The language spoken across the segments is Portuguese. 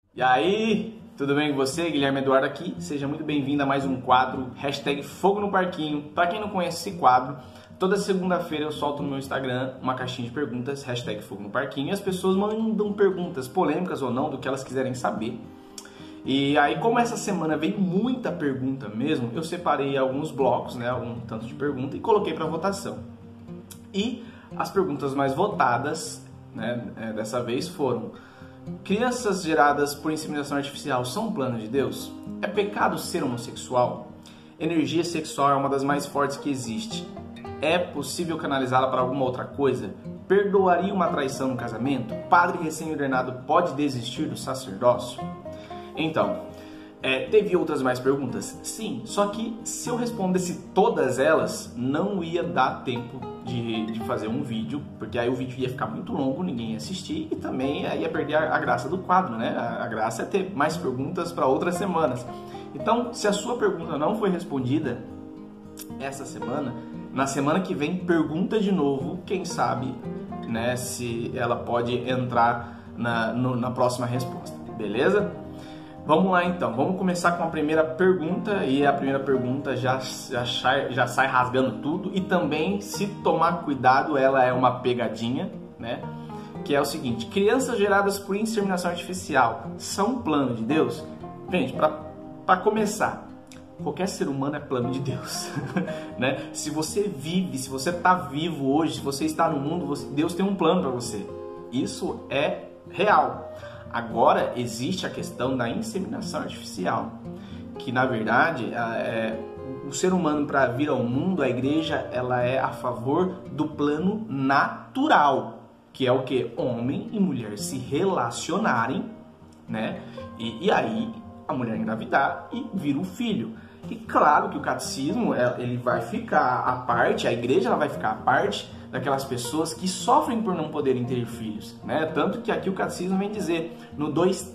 E aí, tudo bem com você? Guilherme Eduardo aqui. Seja muito bem-vindo a mais um quadro, Fogo no Parquinho. Para quem não conhece esse quadro, toda segunda-feira eu solto no meu Instagram uma caixinha de perguntas, Fogo no Parquinho, e as pessoas mandam perguntas, polêmicas ou não, do que elas quiserem saber. E aí, como essa semana veio muita pergunta mesmo, eu separei alguns blocos, algum tanto de pergunta, e coloquei para votação. E as perguntas mais votadas, dessa vez foram: crianças geradas por inseminação artificial são um plano de Deus? É pecado ser homossexual? Energia sexual é uma das mais fortes que existe. É possível canalizá-la para alguma outra coisa? Perdoaria uma traição no casamento? Padre recém-ordenado pode desistir do sacerdócio? Então, teve outras mais perguntas? Sim, só que se eu respondesse todas elas, não ia dar tempo de fazer um vídeo, porque aí o vídeo ia ficar muito longo, ninguém ia assistir e também ia perder a graça do quadro, né? A graça é ter mais perguntas para outras semanas. Então, se a sua pergunta não foi respondida essa semana, na semana que vem pergunta de novo, quem sabe, se ela pode entrar na próxima resposta, beleza? Vamos lá então, vamos começar com a primeira pergunta, e a primeira pergunta já sai rasgando tudo, e também, se tomar cuidado, ela é uma pegadinha, que é o seguinte: crianças geradas por inseminação artificial são um plano de Deus? Gente, para começar, qualquer ser humano é plano de Deus, Se você vive, se você está vivo hoje, se você está no mundo, Deus tem um plano para você, isso é real. Agora, existe a questão da inseminação artificial, que na verdade, o ser humano, para vir ao mundo, a igreja ela é a favor do plano natural, que é o que? Homem e mulher se relacionarem, e aí a mulher engravidar e vir o filho. E claro que o catecismo ele vai ficar à parte, a igreja ela vai ficar à parte daquelas pessoas que sofrem por não poderem ter filhos, Tanto que aqui o catecismo vem dizer no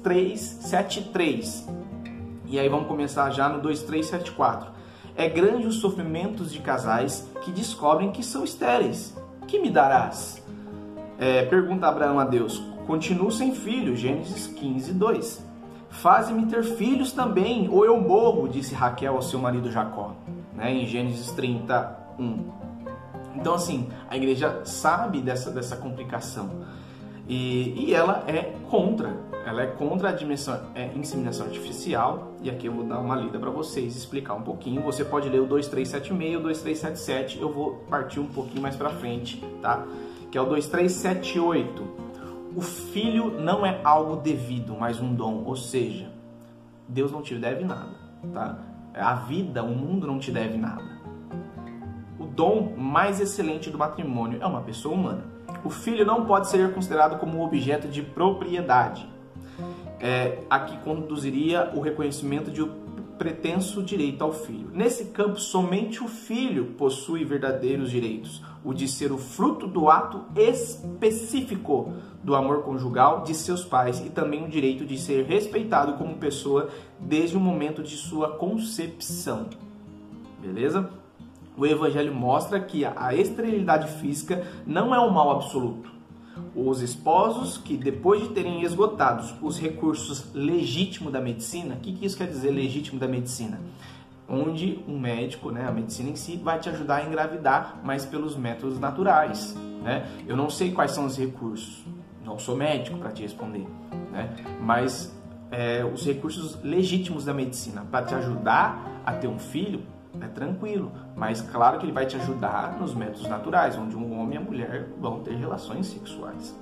2373, e aí vamos começar já no 2374. É grande os sofrimentos de casais que descobrem que são estéreis. Que me darás? Pergunta Abraão a Deus. Continuo sem filho, Gênesis 15, 2. Faze-me ter filhos também, ou eu morro, disse Raquel ao seu marido Jacó, em Gênesis 31. Então, assim, a igreja sabe dessa complicação e ela é contra a inseminação artificial. E aqui eu vou dar uma lida para vocês, explicar um pouquinho. Você pode ler o 2376, o 2377, eu vou partir um pouquinho mais para frente, tá? Que é o 2378. O filho não é algo devido, mas um dom, ou seja, Deus não te deve nada, tá? A vida, o mundo não te deve nada. O dom mais excelente do matrimônio é uma pessoa humana. O filho não pode ser considerado como um objeto de propriedade. Aqui conduziria o reconhecimento de um pretenso direito ao filho. Nesse campo, somente o filho possui verdadeiros direitos: o de ser o fruto do ato específico do amor conjugal de seus pais, e também o direito de ser respeitado como pessoa desde o momento de sua concepção. Beleza? O Evangelho mostra que a esterilidade física não é um mal absoluto. Os esposos que, depois de terem esgotado os recursos legítimos da medicina, o que isso quer dizer, legítimo da medicina? Onde um médico, a medicina em si, vai te ajudar a engravidar, mas pelos métodos naturais. Eu não sei quais são os recursos, não sou médico para te responder, mas os recursos legítimos da medicina para te ajudar a ter um filho, é tranquilo, mas claro que ele vai te ajudar nos métodos naturais, onde um homem e a mulher vão ter relações sexuais.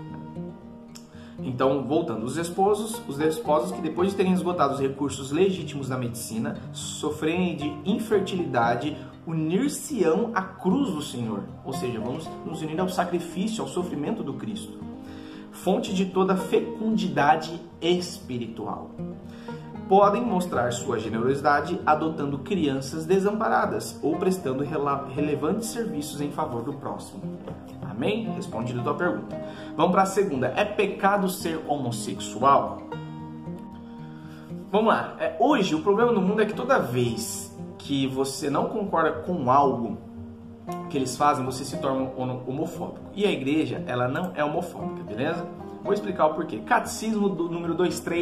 Então, voltando, os esposos que depois de terem esgotado os recursos legítimos da medicina, sofrerem de infertilidade, unir-se-ão à cruz do Senhor, ou seja, vamos nos unir ao sacrifício, ao sofrimento do Cristo, fonte de toda fecundidade espiritual. Podem mostrar sua generosidade adotando crianças desamparadas ou prestando relevantes serviços em favor do próximo. Amém? Respondido a tua pergunta. Vamos para a segunda. É pecado ser homossexual? Vamos lá. Hoje, o problema no mundo é que toda vez que você não concorda com algo que eles fazem, você se torna homofóbico. E a igreja, ela não é homofóbica, beleza? Vou explicar o porquê. Catecismo do número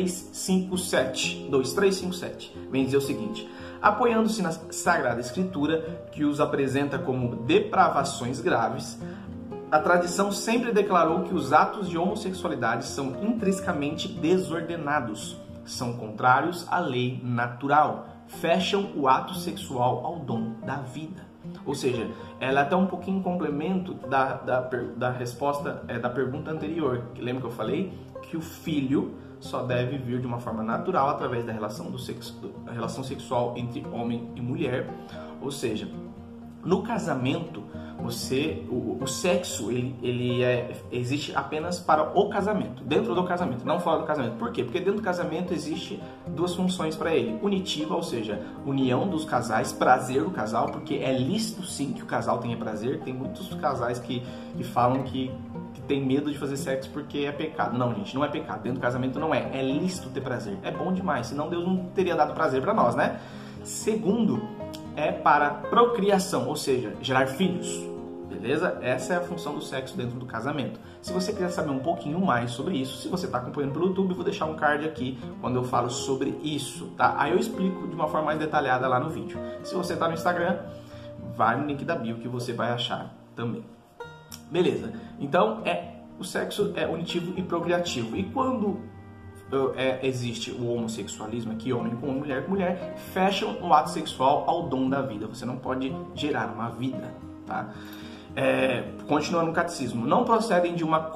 2357 vem dizer o seguinte: apoiando-se na Sagrada Escritura, que os apresenta como depravações graves, a tradição sempre declarou que os atos de homossexualidade são intrinsecamente desordenados, são contrários à lei natural, fecham o ato sexual ao dom da vida. Ou seja, ela é até um pouquinho em complemento da resposta da pergunta anterior. Lembra que eu falei que o filho só deve vir de uma forma natural através da relação relação sexual entre homem e mulher. Ou seja, no casamento, o sexo existe apenas para o casamento, dentro do casamento, não fora do casamento. Por quê? Porque dentro do casamento existe duas funções para ele: unitiva, ou seja, união dos casais, prazer do casal, porque é lícito sim que o casal tenha prazer. Tem muitos casais que falam que tem medo de fazer sexo porque é pecado. Não, gente, não é pecado. Dentro do casamento não é lícito ter prazer. É bom demais, senão Deus não teria dado prazer para nós, né? Segundo, é para procriação, ou seja, gerar filhos. Beleza? Essa é a função do sexo dentro do casamento. Se você quiser saber um pouquinho mais sobre isso, se você está acompanhando pelo YouTube, eu vou deixar um card aqui quando eu falo sobre isso, tá? Aí eu explico de uma forma mais detalhada lá no vídeo. Se você está no Instagram, vai no link da bio que você vai achar também. Beleza? Então, o sexo é unitivo e procriativo. E quando existe o homossexualismo aqui, homem com mulher, fecham o ato sexual ao dom da vida. Você não pode gerar uma vida, tá? Continuando no catecismo, não procedem de uma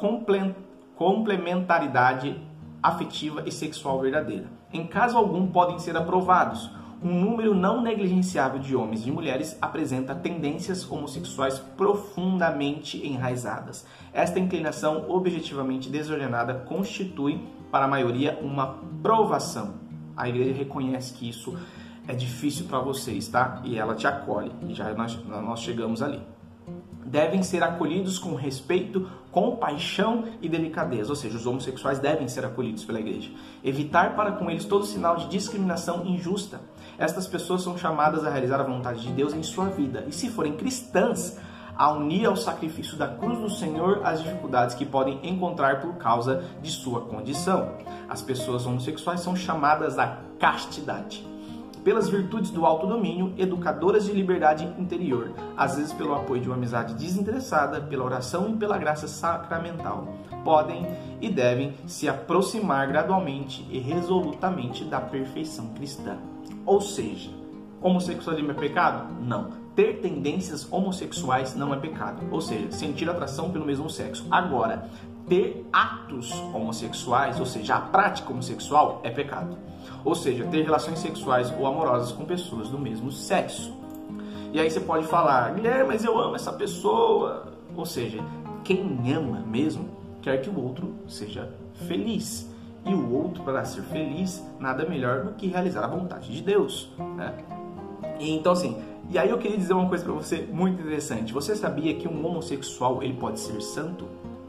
complementaridade afetiva e sexual verdadeira. Em caso algum podem ser aprovados. Um número não negligenciável de homens e de mulheres apresenta tendências homossexuais profundamente enraizadas. Esta inclinação objetivamente desordenada constitui para a maioria uma provação. A igreja reconhece que isso é difícil para vocês, tá? E ela te acolhe. E já nós chegamos ali. Devem ser acolhidos com respeito, compaixão e delicadeza. Ou seja, os homossexuais devem ser acolhidos pela igreja. Evitar para com eles todo sinal de discriminação injusta. Estas pessoas são chamadas a realizar a vontade de Deus em sua vida. E se forem cristãs, a unir ao sacrifício da cruz do Senhor as dificuldades que podem encontrar por causa de sua condição. As pessoas homossexuais são chamadas à castidade. Pelas virtudes do autodomínio, educadoras de liberdade interior, às vezes pelo apoio de uma amizade desinteressada, pela oração e pela graça sacramental, podem e devem se aproximar gradualmente e resolutamente da perfeição cristã. Ou seja, homossexualismo é pecado? Não. Ter tendências homossexuais não é pecado, ou seja, sentir atração pelo mesmo sexo. Agora, ter atos homossexuais, ou seja, a prática homossexual, é pecado. Ou seja, ter relações sexuais ou amorosas com pessoas do mesmo sexo. E aí você pode falar: Guilherme, mas eu amo essa pessoa. Ou seja, quem ama mesmo quer que o outro seja feliz. E o outro, para ser feliz, nada melhor do que realizar a vontade de Deus, né? Então assim, e aí eu queria dizer uma coisa para você muito interessante. Você sabia que um homossexual ele pode ser santo?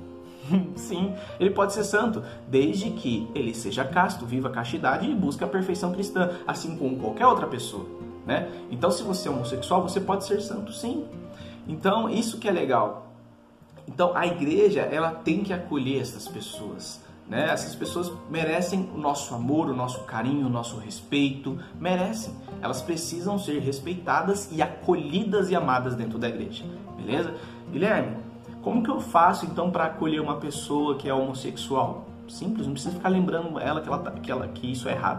Sim, ele pode ser santo, desde que ele seja casto, viva a castidade e busque a perfeição cristã, assim como qualquer outra pessoa, né? Então, se você é homossexual, você pode ser santo, sim. Então, isso que é legal. Então, a igreja, ela tem que acolher essas pessoas, né? Essas pessoas merecem o nosso amor, o nosso carinho, o nosso respeito, merecem. Elas precisam ser respeitadas e acolhidas e amadas dentro da igreja, beleza? Guilherme, como que eu faço então para acolher uma pessoa que é homossexual? Simples, não precisa ficar lembrando ela que isso é errado.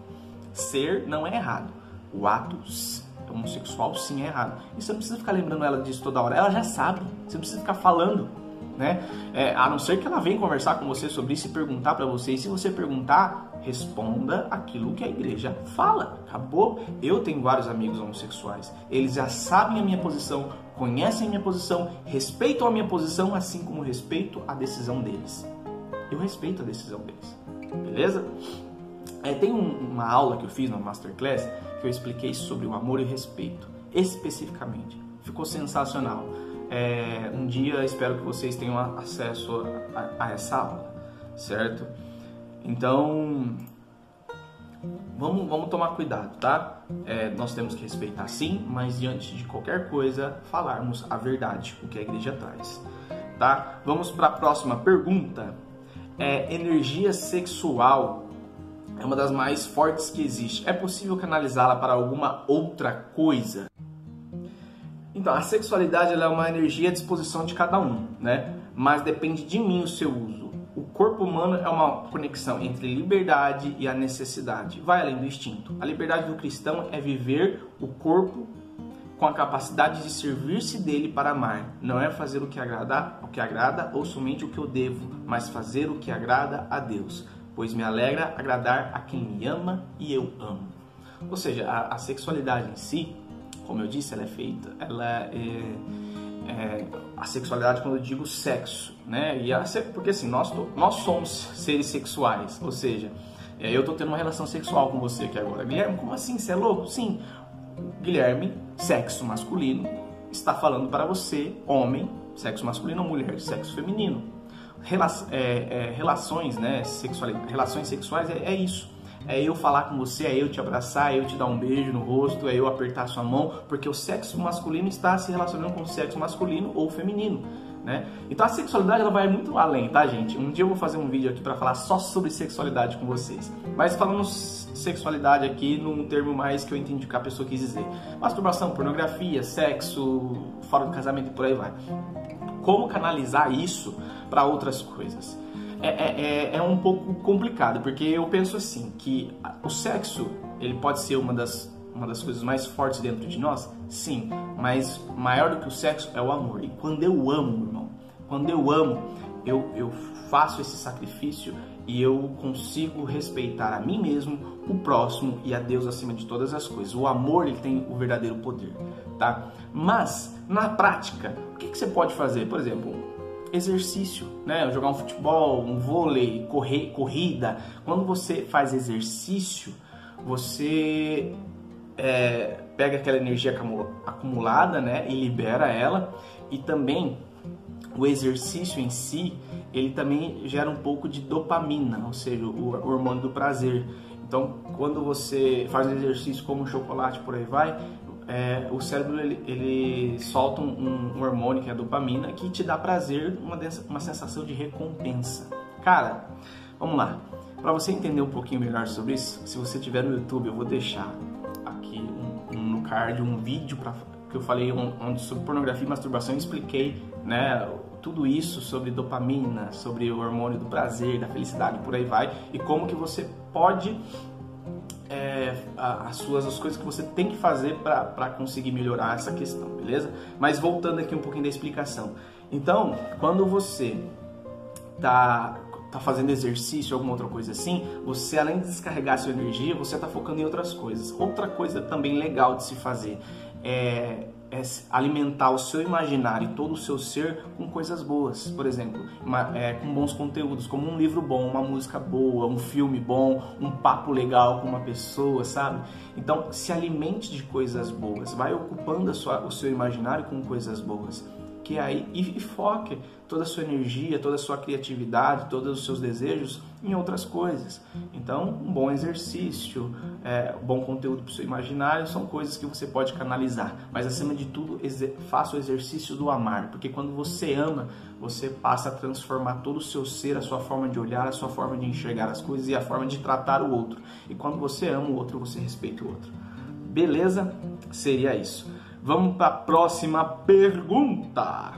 Ser não é errado. O ato homossexual sim é errado. E você não precisa ficar lembrando ela disso toda hora. Ela já sabe. Você não precisa ficar falando, né? A não ser que ela venha conversar com você sobre isso e perguntar para você. E se você perguntar, responda aquilo que a igreja fala. Acabou. Eu tenho vários amigos homossexuais. Eles já sabem a minha posição, conhecem a minha posição, respeitam a minha posição, assim como respeito a decisão deles. Eu respeito a decisão deles. Beleza? Tem uma aula que eu fiz na Masterclass que eu expliquei sobre o amor e respeito, especificamente. Ficou sensacional. Um dia espero que vocês tenham acesso a essa aula, certo? Então, vamos tomar cuidado, tá? Nós temos que respeitar sim, mas diante de qualquer coisa, falarmos a verdade, o que a igreja traz, tá? Vamos para a próxima pergunta. energia sexual é uma das mais fortes que existe. É possível canalizá-la para alguma outra coisa? Então, a sexualidade ela é uma energia à disposição de cada um, né? Mas depende de mim o seu uso. O corpo humano é uma conexão entre liberdade e a necessidade. Vai além do instinto. A liberdade do cristão é viver o corpo com a capacidade de servir-se dele para amar. Não é fazer o que agrada ou somente o que eu devo, mas fazer o que agrada a Deus. Pois me alegra agradar a quem me ama e eu amo. Ou seja, a sexualidade em si, como eu disse, ela é feita, a sexualidade quando eu digo sexo, né? Porque assim, nós somos seres sexuais, ou seja, eu estou tendo uma relação sexual com você aqui agora. Guilherme, como assim? Você é louco? Sim, Guilherme, sexo masculino, está falando para você, homem, sexo masculino ou mulher, sexo feminino. Relações, né? Relações sexuais é isso. É eu falar com você, é eu te abraçar, é eu te dar um beijo no rosto, é eu apertar sua mão, porque o sexo masculino está se relacionando com o sexo masculino ou feminino, né? Então a sexualidade ela vai muito além, tá, gente? Um dia eu vou fazer um vídeo aqui para falar só sobre sexualidade com vocês. Mas falando sexualidade aqui num termo mais que eu entendi que a pessoa quis dizer. Masturbação, pornografia, sexo, fora do casamento e por aí vai. Como canalizar isso para outras coisas? É um pouco complicado, porque eu penso assim, que o sexo, ele pode ser uma das coisas mais fortes dentro de nós, sim, mas maior do que o sexo é o amor. E quando eu amo, irmão, eu faço esse sacrifício e eu consigo respeitar a mim mesmo, o próximo e a Deus acima de todas as coisas. O amor, ele tem o verdadeiro poder, tá? Mas, na prática, o que você pode fazer? Por exemplo, exercício, né? Jogar um futebol, um vôlei, corrida. Quando você faz exercício, você pega aquela energia acumulada, né? E libera ela. E também o exercício em si, ele também gera um pouco de dopamina, ou seja, o hormônio do prazer. Então, quando você faz exercício como um chocolate, por aí vai, o cérebro ele solta um hormônio que é a dopamina, que te dá prazer, uma sensação de recompensa. Cara, vamos lá. Para você entender um pouquinho melhor sobre isso, se você tiver no YouTube, eu vou deixar aqui no card um vídeo que eu falei onde sobre pornografia e masturbação, eu expliquei, né, tudo isso sobre dopamina, sobre o hormônio do prazer, da felicidade, por aí vai, e como que você pode as coisas que você tem que fazer para conseguir melhorar essa questão, beleza? Mas voltando aqui um pouquinho da explicação. Então, quando você tá fazendo exercício, alguma outra coisa assim, você, além de descarregar sua energia, você está focando em outras coisas. Outra coisa também legal de se fazer é alimentar o seu imaginário e todo o seu ser com coisas boas. Por exemplo, com bons conteúdos, como um livro bom, uma música boa, um filme bom, um papo legal com uma pessoa, sabe? Então, se alimente de coisas boas, vai ocupando o seu imaginário com coisas boas. Que aí, e foque toda a sua energia, toda a sua criatividade, todos os seus desejos em outras coisas. Então, um bom exercício, bom conteúdo para o seu imaginário são coisas que você pode canalizar. Mas, acima de tudo, faça o exercício do amar, porque quando você ama, você passa a transformar todo o seu ser, a sua forma de olhar, a sua forma de enxergar as coisas e a forma de tratar o outro. E quando você ama o outro, você respeita o outro. Beleza? Seria isso. Vamos para a próxima pergunta.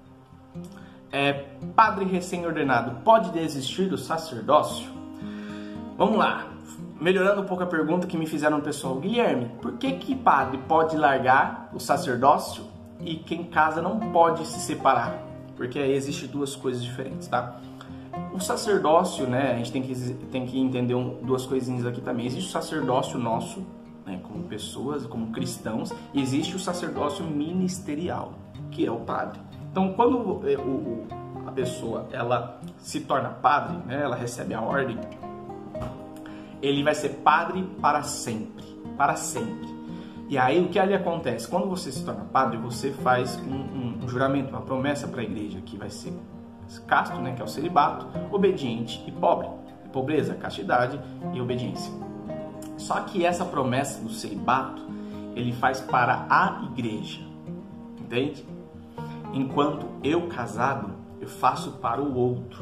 Padre recém-ordenado pode desistir do sacerdócio? Vamos lá. Melhorando um pouco a pergunta que me fizeram no pessoal. Guilherme, por que padre pode largar o sacerdócio e quem casa não pode se separar? Porque aí existem duas coisas diferentes, tá? O sacerdócio, né, a gente tem que entender duas coisinhas aqui também. Existe o sacerdócio nosso, né, como pessoas, como cristãos, e existe o sacerdócio ministerial, que é o padre. Então, quando a pessoa ela se torna padre, né, ela recebe a ordem, ele vai ser padre para sempre, para sempre. E aí o que ali acontece? Quando você se torna padre, você faz um juramento, uma promessa para a igreja, que vai ser casto, né, que é o celibato, obediente e pobre. Pobreza, castidade e obediência. Só que essa promessa do celibato, ele faz para a igreja, entende? Enquanto eu casado, eu faço para o outro.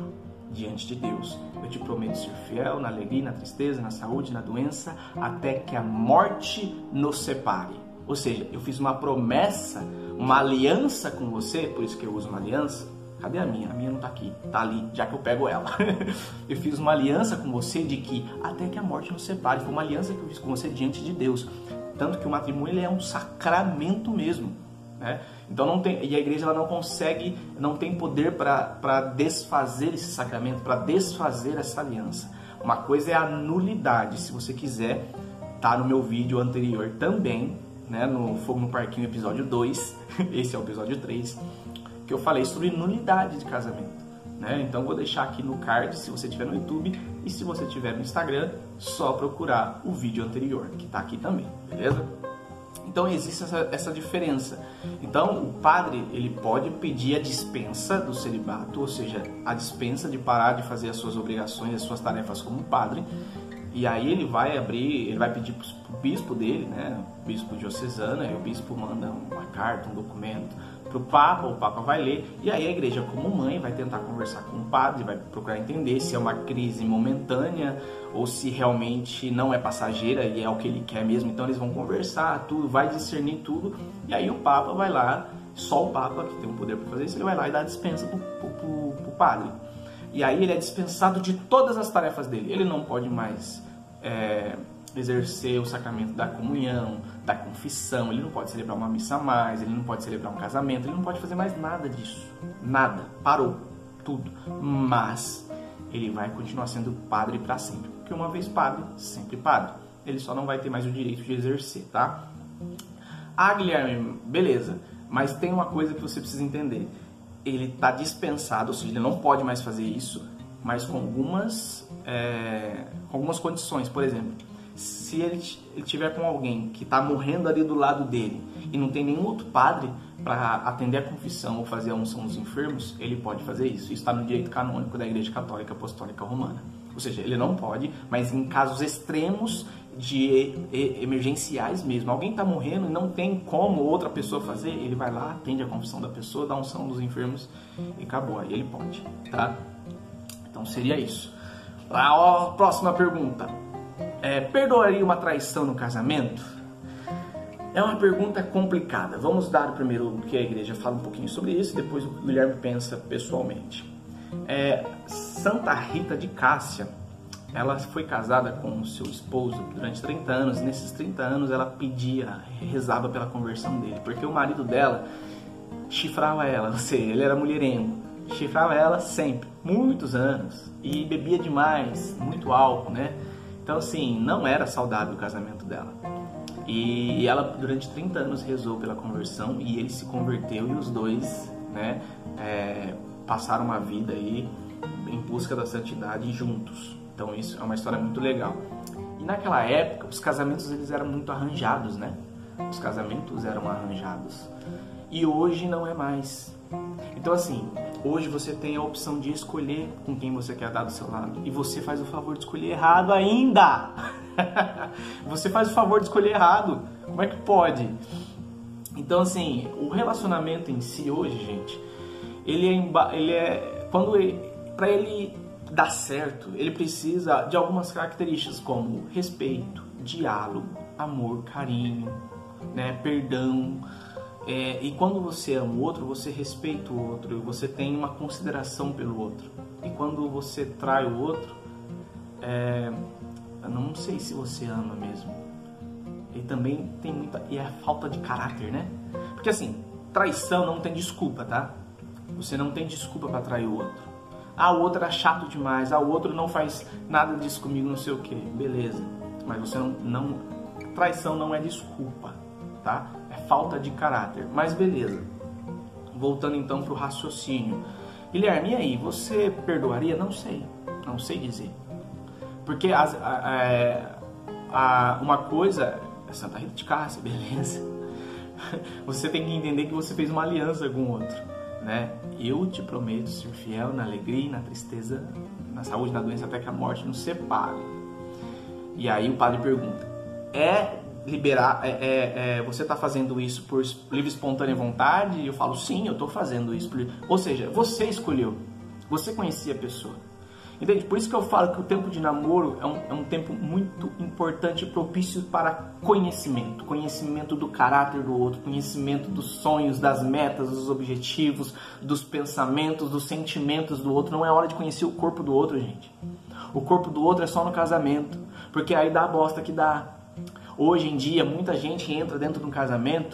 diante de Deus. Eu te prometo ser fiel na alegria, na tristeza, na saúde, na doença, até que a morte nos separe. Ou seja, eu fiz uma promessa, uma aliança com você, por isso que eu uso uma aliança. Cadê a minha? A minha não tá aqui, tá ali, já que eu pego ela. Eu fiz uma aliança com você de que até que a morte nos separe. Foi uma aliança que eu fiz com você diante de Deus. Tanto que o matrimônio ele é um sacramento mesmo, né? Então não tem, e a igreja ela não consegue, não tem poder para desfazer esse sacramento, para desfazer essa aliança. Uma coisa é a nulidade. Se você quiser, tá no meu vídeo anterior também, né, no Fogo no Parquinho, episódio 2, esse é o episódio 3, que eu falei sobre nulidade de casamento, né? Então vou deixar aqui no card se você estiver no YouTube, e se você estiver no Instagram, só procurar o vídeo anterior, que tá aqui também, beleza? Então existe essa diferença. Então o padre ele pode pedir a dispensa do celibato, ou seja, a dispensa de parar de fazer as suas obrigações, as suas tarefas como padre. E aí ele vai pedir para o bispo dele, né, o bispo diocesano, aí o bispo manda uma carta, um documento para o Papa vai ler, e aí a igreja como mãe vai tentar conversar com o padre, vai procurar entender se é uma crise momentânea ou se realmente não é passageira e é o que ele quer mesmo. Então eles vão conversar, tudo, vai discernir tudo, e aí o Papa vai lá, só o Papa que tem o poder para fazer isso, ele vai lá e dá a dispensa para o padre. E aí ele é dispensado de todas as tarefas dele. Ele não pode mais exercer o sacramento da comunhão, da confissão, ele não pode celebrar uma missa a mais, ele não pode celebrar um casamento, ele não pode fazer mais nada disso. Nada. Parou. Tudo. Mas ele vai continuar sendo padre para sempre. Porque uma vez padre, sempre padre. Ele só não vai ter mais o direito de exercer, tá? Ah, Guilherme, beleza. Mas tem uma coisa que você precisa entender. Ele está dispensado, ou seja, ele não pode mais fazer isso, mas com algumas condições. Por exemplo, se ele tiver com alguém que está morrendo ali do lado dele e não tem nenhum outro padre para atender a confissão ou fazer a unção dos enfermos, ele pode fazer isso. Isso está no direito canônico da Igreja Católica Apostólica Romana. Ou seja, ele não pode, mas em casos extremos de emergenciais mesmo, alguém está morrendo e não tem como outra pessoa fazer, ele vai lá, atende a confissão da pessoa, dá a unção dos enfermos e acabou, aí ele pode, tá? Então seria isso. Próxima pergunta. Perdoaria uma traição no casamento? É uma pergunta complicada. Vamos dar primeiro que a igreja fala um pouquinho sobre isso, depois o Guilherme pensa pessoalmente. Santa Rita de Cássia, ela foi casada com o seu esposo durante 30 anos, e nesses 30 anos ela rezava pela conversão dele, porque o marido dela chifrava ela, ou seja, ele era mulherengo, chifrava ela sempre, muitos anos, e bebia demais, muito álcool, né? Então assim, não era saudável o casamento dela. E ela durante 30 anos rezou pela conversão, e ele se converteu, e os dois, né, passaram uma vida aí em busca da santidade juntos. Então isso é uma história muito legal. E naquela época os casamentos eles eram muito arranjados, né? Os casamentos eram arranjados. E hoje não é mais. Então assim, hoje você tem a opção de escolher com quem você quer dar do seu lado. E você faz o favor de escolher errado ainda. Você faz o favor de escolher errado. Como é que pode? Então assim, o relacionamento em si hoje, gente, para ele dar certo, ele precisa de algumas características como respeito, diálogo, amor, carinho, né, perdão. E quando você ama o outro, você respeita o outro, você tem uma consideração pelo outro. E quando você trai o outro, eu não sei se você ama mesmo. E também tem muita... E é falta de caráter, né? Porque assim, traição não tem desculpa, tá? Você não tem desculpa para trair o outro. Ah, o outro era chato demais. Ah, o outro não faz nada disso comigo, não sei o que. Beleza. Mas você não... Traição não é desculpa, tá? É falta de caráter. Mas beleza. Voltando então pro raciocínio. Guilherme, e aí? Você perdoaria? Não sei. Não sei dizer. Porque uma coisa... Santa Rita de Cássia, beleza. Você tem que entender que você fez uma aliança com o outro, né? Eu te prometo ser fiel na alegria e na tristeza, na saúde e na doença, até que a morte nos separe. E aí o padre pergunta, você está fazendo isso por livre e espontânea vontade? E eu falo, sim, eu estou fazendo isso. Ou seja, você escolheu, você conhecia a pessoa. Entende? Por isso que eu falo que o tempo de namoro é um tempo muito importante e propício para conhecimento. Conhecimento do caráter do outro, conhecimento dos sonhos, das metas, dos objetivos, dos pensamentos, dos sentimentos do outro. Não é hora de conhecer o corpo do outro, gente. O corpo do outro é só no casamento, porque aí dá a bosta que dá. Hoje em dia, muita gente entra dentro de um casamento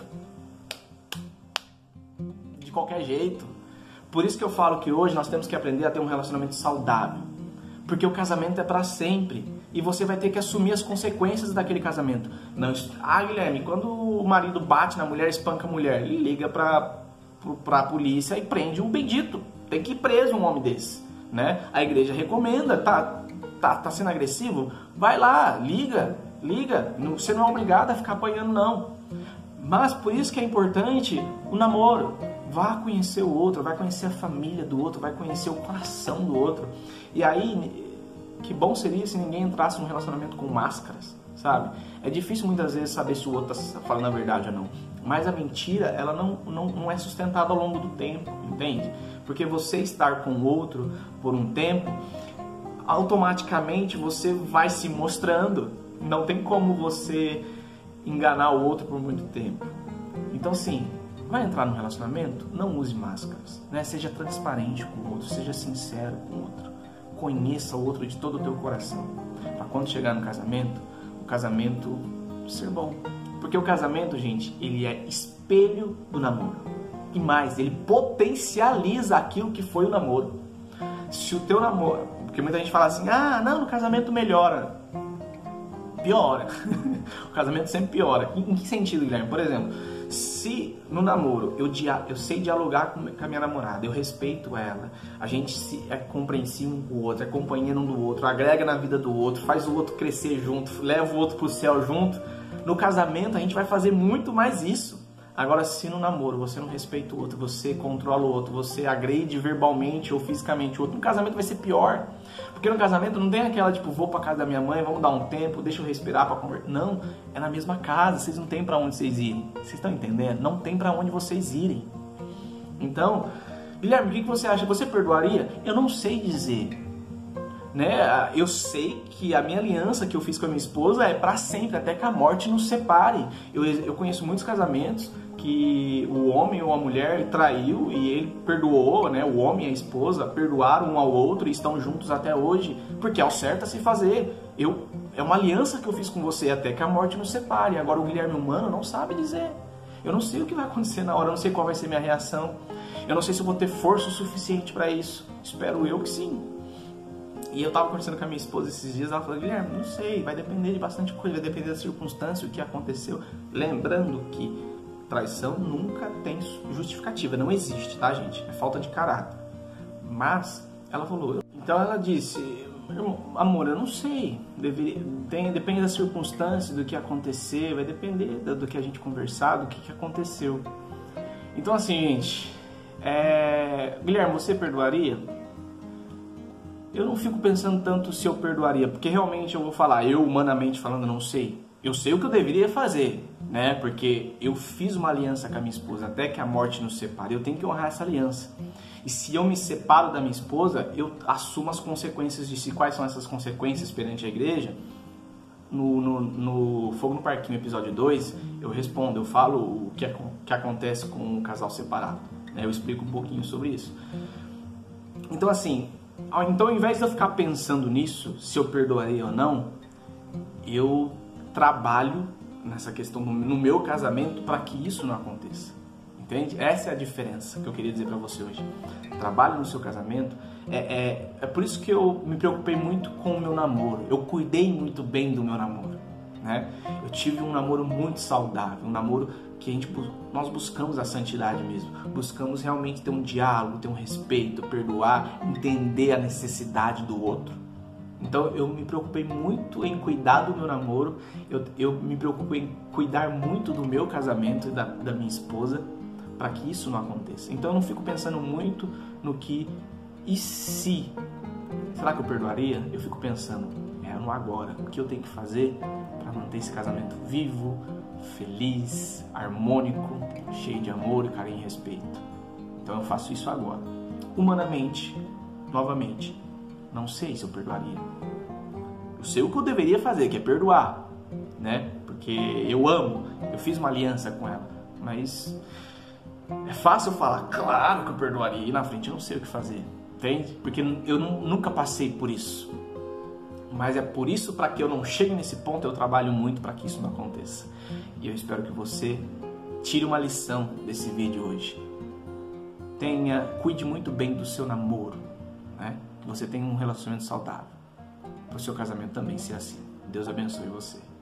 de qualquer jeito. Por isso que eu falo que hoje nós temos que aprender a ter um relacionamento saudável. Porque o casamento é para sempre. E você vai ter que assumir as consequências daquele casamento. Não, Guilherme, quando o marido bate na mulher, espanca a mulher, ele liga pra polícia e prende um bendito. Tem que ir preso um homem desse, né? A igreja recomenda, tá sendo agressivo? Vai lá, liga. Você não é obrigado a ficar apanhando, não. Mas por isso que é importante o namoro. Vá conhecer o outro, vai conhecer a família do outro, vai conhecer o coração do outro. E aí, que bom seria se ninguém entrasse num relacionamento com máscaras, sabe? É difícil muitas vezes saber se o outro está falando a verdade ou não. Mas a mentira, ela não é sustentada ao longo do tempo, entende? Porque você estar com o outro por um tempo, automaticamente você vai se mostrando. Não tem como você enganar o outro por muito tempo. Então, sim, vai entrar no relacionamento? Não use máscaras, né? Seja transparente com o outro, seja sincero com o outro. Conheça o outro de todo o teu coração. Para quando chegar no casamento, o casamento ser bom. Porque o casamento, gente, ele é espelho do namoro. E mais, ele potencializa aquilo que foi o namoro. Se o teu namoro... Porque muita gente fala assim, não, no casamento melhora. Piora. O casamento sempre piora. Em que sentido, Guilherme? Por exemplo, se no namoro eu sei dialogar com a minha namorada, eu respeito ela, a gente é compreensivo um com o outro, é companheiro um do outro, agrega na vida do outro, faz o outro crescer junto, leva o outro pro céu junto, no casamento a gente vai fazer muito mais isso. Agora, se no namoro você não respeita o outro, você controla o outro, você agride verbalmente ou fisicamente o outro, no casamento vai ser pior. Porque no casamento não tem aquela, tipo, vou pra casa da minha mãe, vamos dar um tempo, deixa eu respirar pra conversar. Não, é na mesma casa, vocês não tem pra onde vocês irem. Vocês estão entendendo? Não tem pra onde vocês irem. Então, Guilherme, o que você acha? Você perdoaria? Eu não sei dizer. Né? Eu sei que a minha aliança que eu fiz com a minha esposa é pra sempre, até que a morte nos separe. Eu conheço muitos casamentos que o homem ou a mulher traiu e ele perdoou, né? O homem e a esposa perdoaram um ao outro e estão juntos até hoje, porque é o certo a se fazer. É uma aliança que eu fiz com você até que a morte nos separe. Agora o Guilherme humano não sabe dizer. Eu não sei o que vai acontecer na hora, eu não sei qual vai ser minha reação. Eu não sei se eu vou ter força o suficiente para isso. Espero eu que sim. E eu tava conversando com a minha esposa esses dias, ela falou, Guilherme, não sei, vai depender de bastante coisa, vai depender da circunstância, o que aconteceu. Lembrando que traição nunca tem justificativa, não existe, tá, gente? É falta de caráter. Mas, ela falou, então ela disse, amor, eu não sei, depende da circunstância, do que acontecer, vai depender do que a gente conversar, do que aconteceu. Então assim, gente, Guilherme, você perdoaria? Eu não fico pensando tanto se eu perdoaria, porque realmente eu vou falar, eu humanamente falando não sei. Eu sei o que eu deveria fazer, né? Porque eu fiz uma aliança com a minha esposa até que a morte nos separe. Eu tenho que honrar essa aliança. E se eu me separo da minha esposa, eu assumo as consequências disso. E quais são essas consequências perante a igreja? No Fogo no Parquinho, episódio 2, eu respondo, eu falo o que acontece com um casal separado. Né? Eu explico um pouquinho sobre isso. Então assim, ao invés de eu ficar pensando nisso, se eu perdoaria ou não, eu trabalho nessa questão no meu casamento para que isso não aconteça. Entende? Essa é a diferença que eu queria dizer para você hoje. Trabalho no seu casamento. É por isso que eu me preocupei muito com o meu namoro. Eu cuidei muito bem do meu namoro. Né? Eu tive um namoro muito saudável. Um namoro que nós buscamos a santidade mesmo. Buscamos realmente ter um diálogo, ter um respeito, perdoar, entender a necessidade do outro. Então eu me preocupei muito em cuidar do meu namoro. Eu me preocupei em cuidar muito do meu casamento e da minha esposa, para que isso não aconteça. Então eu não fico pensando muito no que e se. Será que eu perdoaria? Eu fico pensando, no agora, o que eu tenho que fazer para manter esse casamento vivo, feliz, harmônico, cheio de amor, carinho e respeito. Então eu faço isso agora. Humanamente, novamente, Não sei se eu perdoaria. Eu sei o que eu deveria fazer, que é perdoar, né? Porque eu amo, eu fiz uma aliança com ela. Mas é fácil eu falar, claro que eu perdoaria. E na frente eu não sei o que fazer, entende? Porque eu nunca passei por isso. Mas é por isso, para que eu não chegue nesse ponto, eu trabalho muito para que isso não aconteça. E eu espero que você tire uma lição desse vídeo hoje. Cuide muito bem do seu namoro, né? Que você tenha um relacionamento saudável. Para o seu casamento também ser assim. Deus abençoe você.